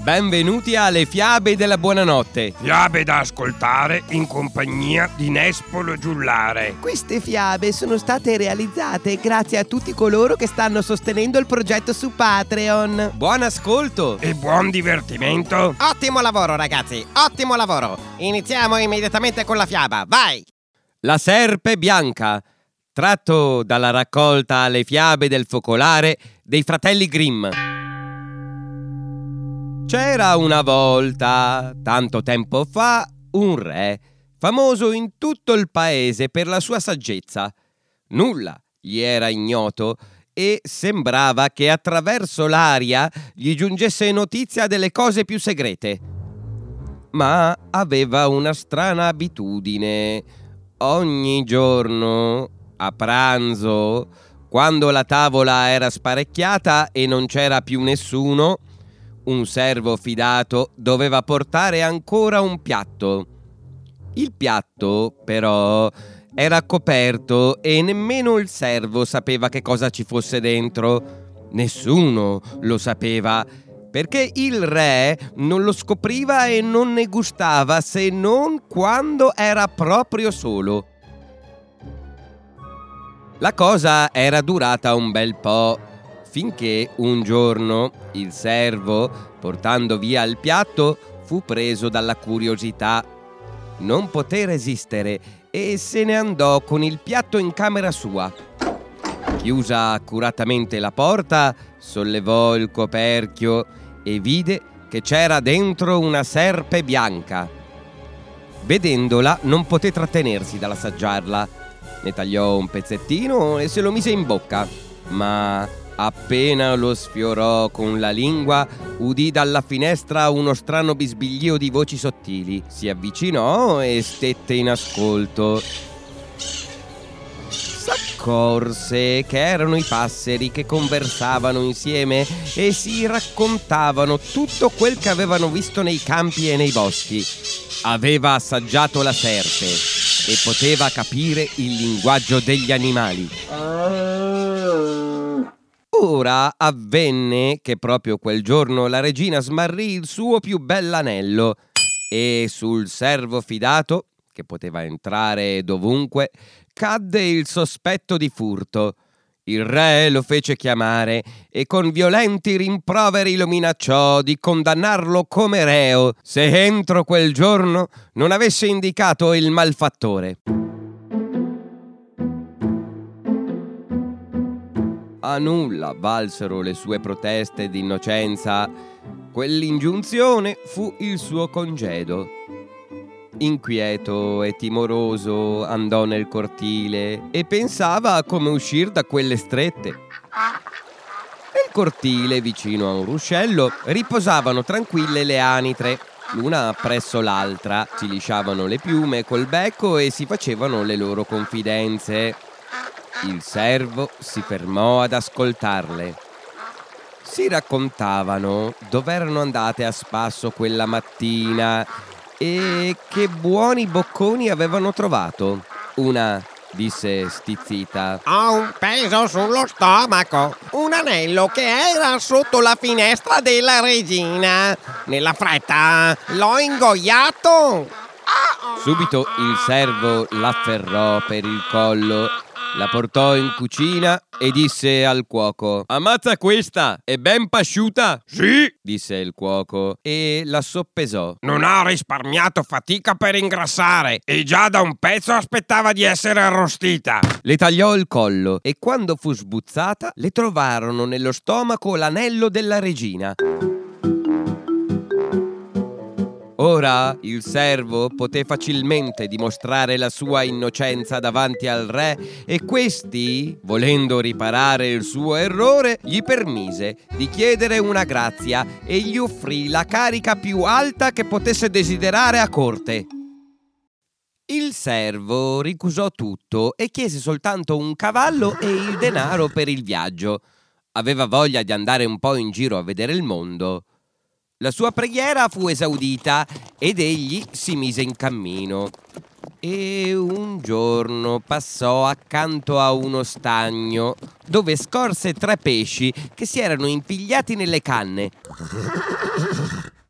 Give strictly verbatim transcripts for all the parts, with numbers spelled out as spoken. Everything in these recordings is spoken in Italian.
Benvenuti alle fiabe della buonanotte. Fiabe da ascoltare in compagnia di Nespolo Giullare. Queste fiabe sono state realizzate grazie a tutti coloro che stanno sostenendo il progetto su Patreon. Buon ascolto e buon divertimento. Ottimo lavoro, ragazzi, ottimo lavoro. Iniziamo immediatamente con la fiaba, vai! La serpe bianca, tratto dalla raccolta Le fiabe del focolare dei fratelli Grimm. C'era una volta, tanto tempo fa, un re, famoso in tutto il paese per la sua saggezza. Nulla gli era ignoto e sembrava che attraverso l'aria gli giungesse notizia delle cose più segrete. Ma aveva una strana abitudine. Ogni giorno, a pranzo, quando la tavola era sparecchiata e non c'era più nessuno, un servo fidato doveva portare ancora un piatto. Il piatto, però, era coperto e nemmeno il servo sapeva che cosa ci fosse dentro. Nessuno lo sapeva, perché il re non lo scopriva e non ne gustava se non quando era proprio solo. La cosa era durata un bel po', finché un giorno il servo, portando via il piatto, fu preso dalla curiosità. Non poté resistere e se ne andò con il piatto in camera sua. Chiusa accuratamente la porta, sollevò il coperchio e vide che c'era dentro una serpe bianca. Vedendola non poté trattenersi dall'assaggiarla. Ne tagliò un pezzettino e se lo mise in bocca, ma appena lo sfiorò con la lingua, udì dalla finestra uno strano bisbiglio di voci sottili. Si avvicinò e stette in ascolto. S'accorse che erano i passeri che conversavano insieme e si raccontavano tutto quel che avevano visto nei campi e nei boschi. Aveva assaggiato la serpe e poteva capire il linguaggio degli animali. Ora avvenne che proprio quel giorno la regina smarrì il suo più bell'anello e sul servo fidato, che poteva entrare dovunque, cadde il sospetto di furto. Il re lo fece chiamare e con violenti rimproveri lo minacciò di condannarlo come reo se entro quel giorno non avesse indicato il malfattore. A nulla valsero le sue proteste di innocenza. Quell'ingiunzione fu il suo congedo. Inquieto e timoroso andò nel cortile e pensava a come uscir da quelle strette. Nel cortile, vicino a un ruscello, riposavano tranquille le anitre, l'una presso l'altra, si lisciavano le piume col becco e si facevano le loro confidenze. Il servo si fermò ad ascoltarle. Si raccontavano dove erano andate a spasso quella mattina e che buoni bocconi avevano trovato. Una disse stizzita: Ho un peso sullo stomaco, un anello che era sotto la finestra della regina. Nella fretta l'ho ingoiato. Subito il servo l'afferrò per il collo, la portò in cucina e disse al cuoco: Ammazza questa, è ben pasciuta? Sì, disse il cuoco e la soppesò. Non ha risparmiato fatica per ingrassare e già da un pezzo aspettava di essere arrostita. Le tagliò il collo e quando fu sbuzzata le trovarono nello stomaco l'anello della regina. Ora il servo poté facilmente dimostrare la sua innocenza davanti al re e questi, volendo riparare il suo errore, gli permise di chiedere una grazia e gli offrì la carica più alta che potesse desiderare a corte. Il servo ricusò tutto e chiese soltanto un cavallo e il denaro per il viaggio. Aveva voglia di andare un po' in giro a vedere il mondo. La sua preghiera fu esaudita ed egli si mise in cammino. E un giorno passò accanto a uno stagno dove scorse tre pesci che si erano impigliati nelle canne.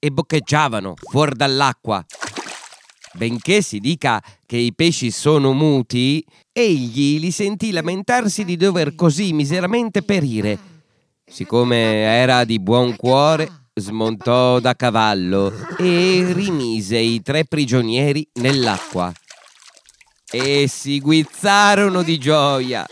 e boccheggiavano fuori dall'acqua. Benché si dica che i pesci sono muti, egli li sentì lamentarsi di dover così miseramente perire. Siccome era di buon cuore, smontò da cavallo e rimise i tre prigionieri nell'acqua. E si guizzarono di gioia.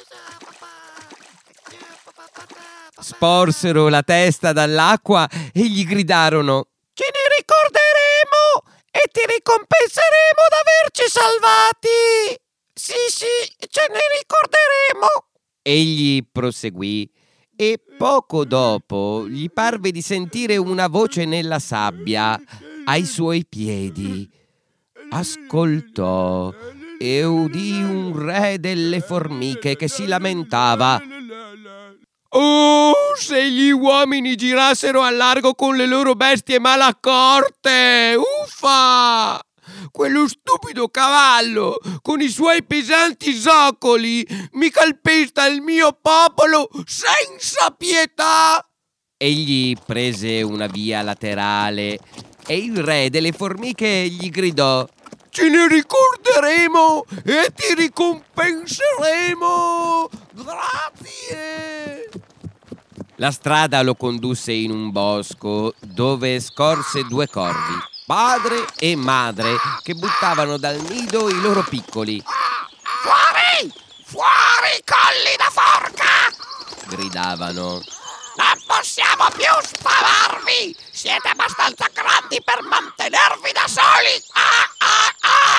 Sporsero la testa dall'acqua e gli gridarono: Ce ne ricorderemo e ti ricompenseremo d'averci salvati! Sì, sì, ce ne ricorderemo! Egli proseguì e poco dopo gli parve di sentire una voce nella sabbia ai suoi piedi. Ascoltò e udì un re delle formiche che si lamentava: «Oh, se gli uomini girassero a largo con le loro bestie malaccorte! Uffa! Quello stupido cavallo, con i suoi pesanti zoccoli, mi calpesta il mio popolo senza pietà!» Egli prese una via laterale e il re delle formiche gli gridò: «Ce ne ricorderemo e ti ricompenseremo! Grazie!» La strada lo condusse in un bosco dove scorse due corvi, padre e madre, che buttavano dal nido i loro piccoli. Fuori! Fuori, colli da forca! Gridavano. Non possiamo più spavarvi! Siete abbastanza grandi per mantenervi da soli! Ah, ah, ah!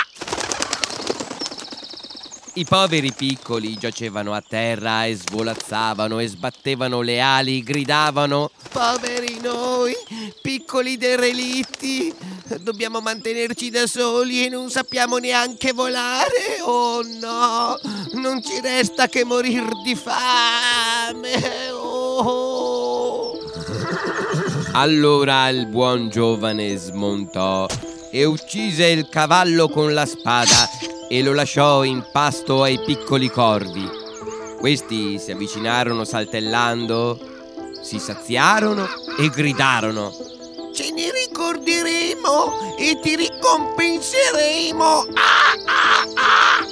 I poveri piccoli giacevano a terra e svolazzavano e sbattevano le ali, gridavano: Poveri noi, piccoli derelitti, dobbiamo mantenerci da soli e non sappiamo neanche volare. Oh no, non ci resta che morir di fame. Oh. Allora il buon giovane smontò e uccise il cavallo con la spada e lo lasciò in pasto ai piccoli corvi. Questi si avvicinarono saltellando, si saziarono e gridarono: Ce ne ricorderemo e ti ricompenseremo. Ah, ah, ah.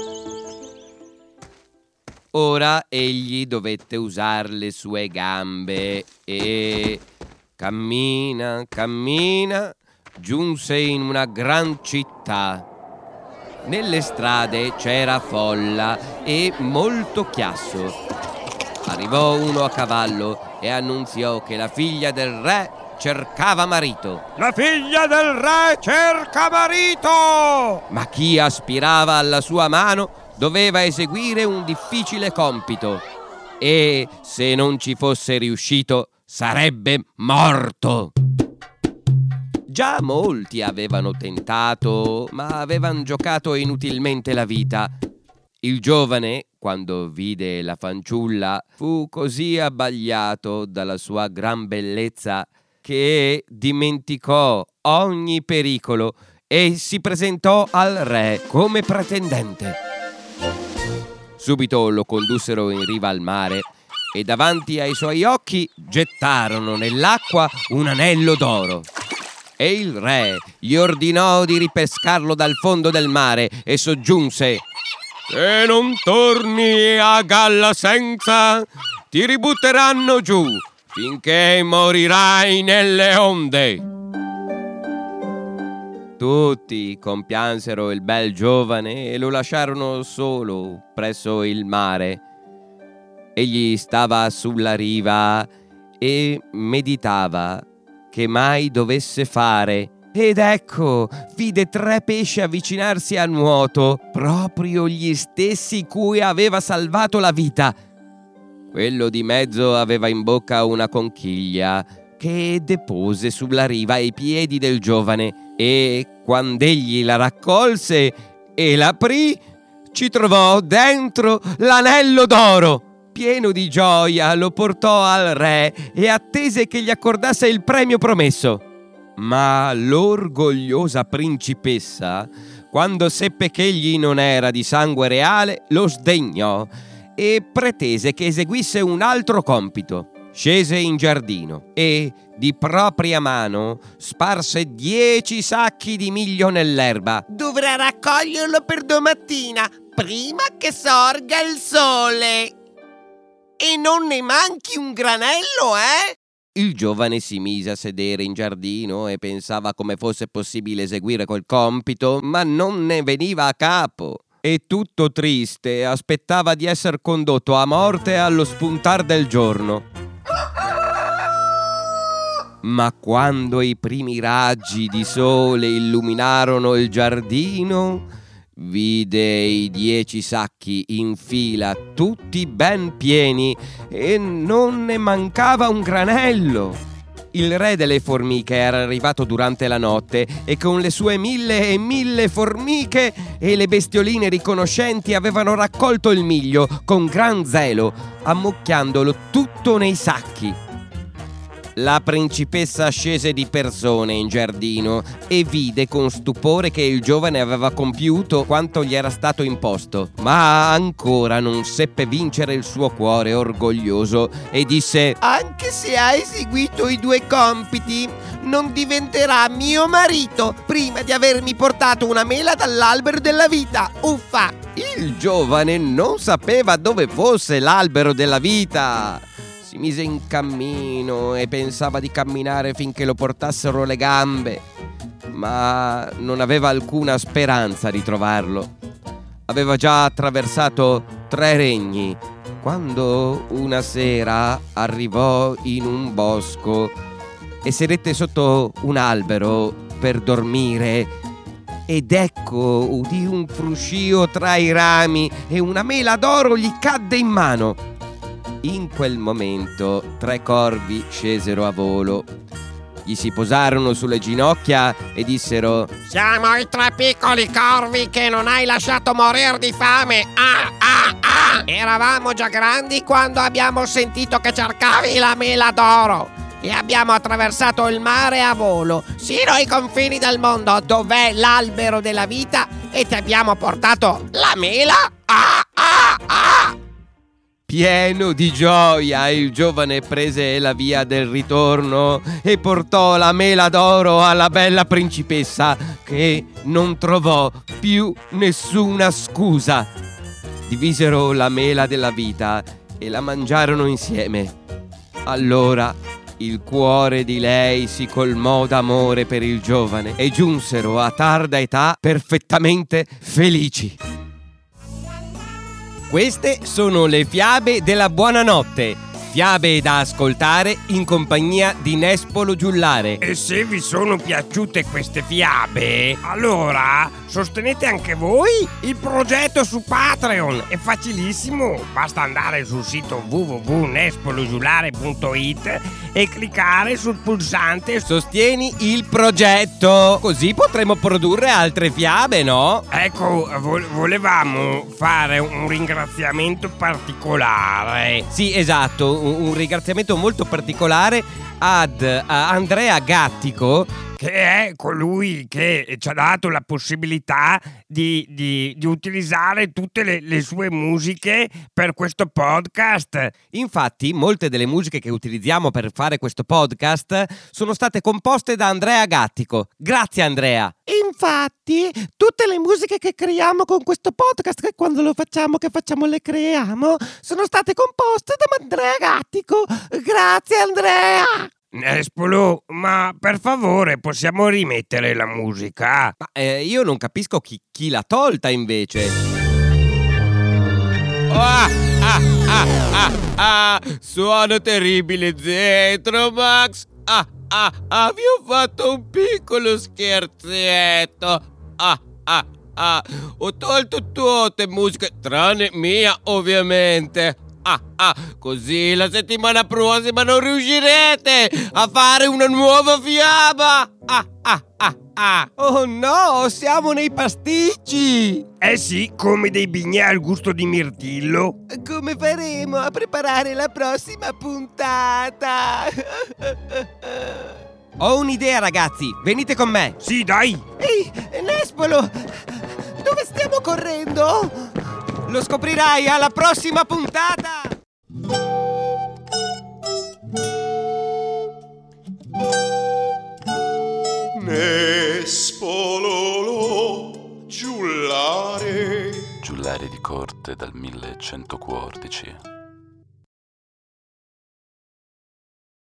Ora egli dovette usare le sue gambe e, cammina, cammina, giunse in una gran città. Nelle strade c'era folla e molto chiasso. Arrivò uno a cavallo e annunziò che la figlia del re cercava marito. La figlia del re cerca marito! Ma chi aspirava alla sua mano doveva eseguire un difficile compito e, se non ci fosse riuscito, sarebbe morto. Già molti avevano tentato, ma avevano giocato inutilmente la vita. Il giovane, quando vide la fanciulla, fu così abbagliato dalla sua gran bellezza che dimenticò ogni pericolo e si presentò al re come pretendente. Subito lo condussero in riva al mare e davanti ai suoi occhi gettarono nell'acqua un anello d'oro. E il re gli ordinò di ripescarlo dal fondo del mare e soggiunse: «Se non torni a galla senza, ti ributteranno giù finché morirai nelle onde». Tutti compiansero il bel giovane e lo lasciarono solo presso il mare. Egli stava sulla riva e meditava che mai dovesse fare. Ed ecco, vide tre pesci avvicinarsi a nuoto, proprio gli stessi cui aveva salvato la vita. Quello di mezzo aveva in bocca una conchiglia che depose sulla riva ai piedi del giovane e, quand'egli la raccolse e l'aprì, ci trovò dentro l'anello d'oro. Pieno di gioia lo portò al re e attese che gli accordasse il premio promesso. Ma l'orgogliosa principessa, quando seppe che egli non era di sangue reale, lo sdegnò e pretese che eseguisse un altro compito. scese in giardino e di propria mano sparse dieci sacchi di miglio nell'erba. Dovrà raccoglierlo per domattina, prima che sorga il sole. E non ne manchi un granello, eh? Il giovane si mise a sedere in giardino e pensava come fosse possibile eseguire quel compito, ma non ne veniva a capo. E tutto triste aspettava di essere condotto a morte allo spuntar del giorno. Ma quando i primi raggi di sole illuminarono il giardino, vide i dieci sacchi in fila, tutti ben pieni, e non ne mancava un granello. Il re delle formiche era arrivato durante la notte e con le sue mille e mille formiche e le bestioline riconoscenti avevano raccolto il miglio con gran zelo, ammucchiandolo tutto nei sacchi. La principessa scese di persona in giardino e vide con stupore che il giovane aveva compiuto quanto gli era stato imposto, ma ancora non seppe vincere il suo cuore orgoglioso e disse: anche se ha eseguito i due compiti, non diventerà mio marito prima di avermi portato una mela dall'albero della vita. Uffa! Il giovane non sapeva dove fosse l'albero della vita. Si mise in cammino e pensava di camminare finché lo portassero le gambe, ma non aveva alcuna speranza di trovarlo. Aveva già attraversato tre regni quando una sera arrivò in un bosco e sedette sotto un albero per dormire. Ed ecco udì un fruscio tra i rami e una mela d'oro gli cadde in mano. In quel momento tre corvi scesero a volo, gli si posarono sulle ginocchia e dissero: siamo i tre piccoli corvi che non hai lasciato morire di fame. Ah, ah, ah! Eravamo già grandi quando abbiamo sentito che cercavi la mela d'oro e abbiamo attraversato il mare a volo sino ai confini del mondo, dov'è l'albero della vita, e ti abbiamo portato la mela. Ah, ah, ah! Pieno di gioia, il giovane prese la via del ritorno e portò la mela d'oro alla bella principessa, che non trovò più nessuna scusa. Divisero la mela della vita e la mangiarono insieme. Allora il cuore di lei si colmò d'amore per il giovane e giunsero a tarda età perfettamente felici. Queste sono le fiabe della buonanotte, fiabe da ascoltare in compagnia di Nespolo Giullare. E se vi sono piaciute queste fiabe, allora sostenete anche voi il progetto su Patreon. È facilissimo, basta andare sul sito w w w punto nespolo giullare punto it e cliccare sul pulsante Sostieni il progetto, così potremo produrre altre fiabe, no? Ecco, vo- volevamo fare un ringraziamento particolare. Sì, esatto, un, un ringraziamento molto particolare ad a Andrea Gattico, che è colui che ci ha dato la possibilità di, di, di utilizzare tutte le, le sue musiche per questo podcast. Infatti, molte delle musiche che utilizziamo per fare questo podcast sono state composte da Andrea Gattico. Grazie, Andrea! Infatti, tutte le musiche che creiamo con questo podcast, che quando lo facciamo, che facciamo le creiamo, sono state composte da Andrea Gattico. Grazie, Andrea! Nespolo, ma per favore possiamo rimettere la musica? Ma eh, io non capisco chi, chi l'ha tolta invece. Ah, ah, ah, ah, ah, suono terribile, Zetro Max. Ah, ah, ah, vi ho fatto un piccolo scherzetto. Ah, ah, ah, ho tolto tutte musiche, tranne mia, ovviamente. Ah, ah, così la settimana prossima non riuscirete a fare una nuova fiaba. Ah, ah, ah, ah. Oh no, siamo nei pasticci. Eh sì, come dei bignè al gusto di mirtillo. Come faremo a preparare la prossima puntata? Ho un'idea, ragazzi, venite con me. Sì, dai. Ehi, Nespolo, dove stiamo correndo? Lo scoprirai alla prossima puntata! Spololo, giullare. Giullare di corte dal millecentoquattordici.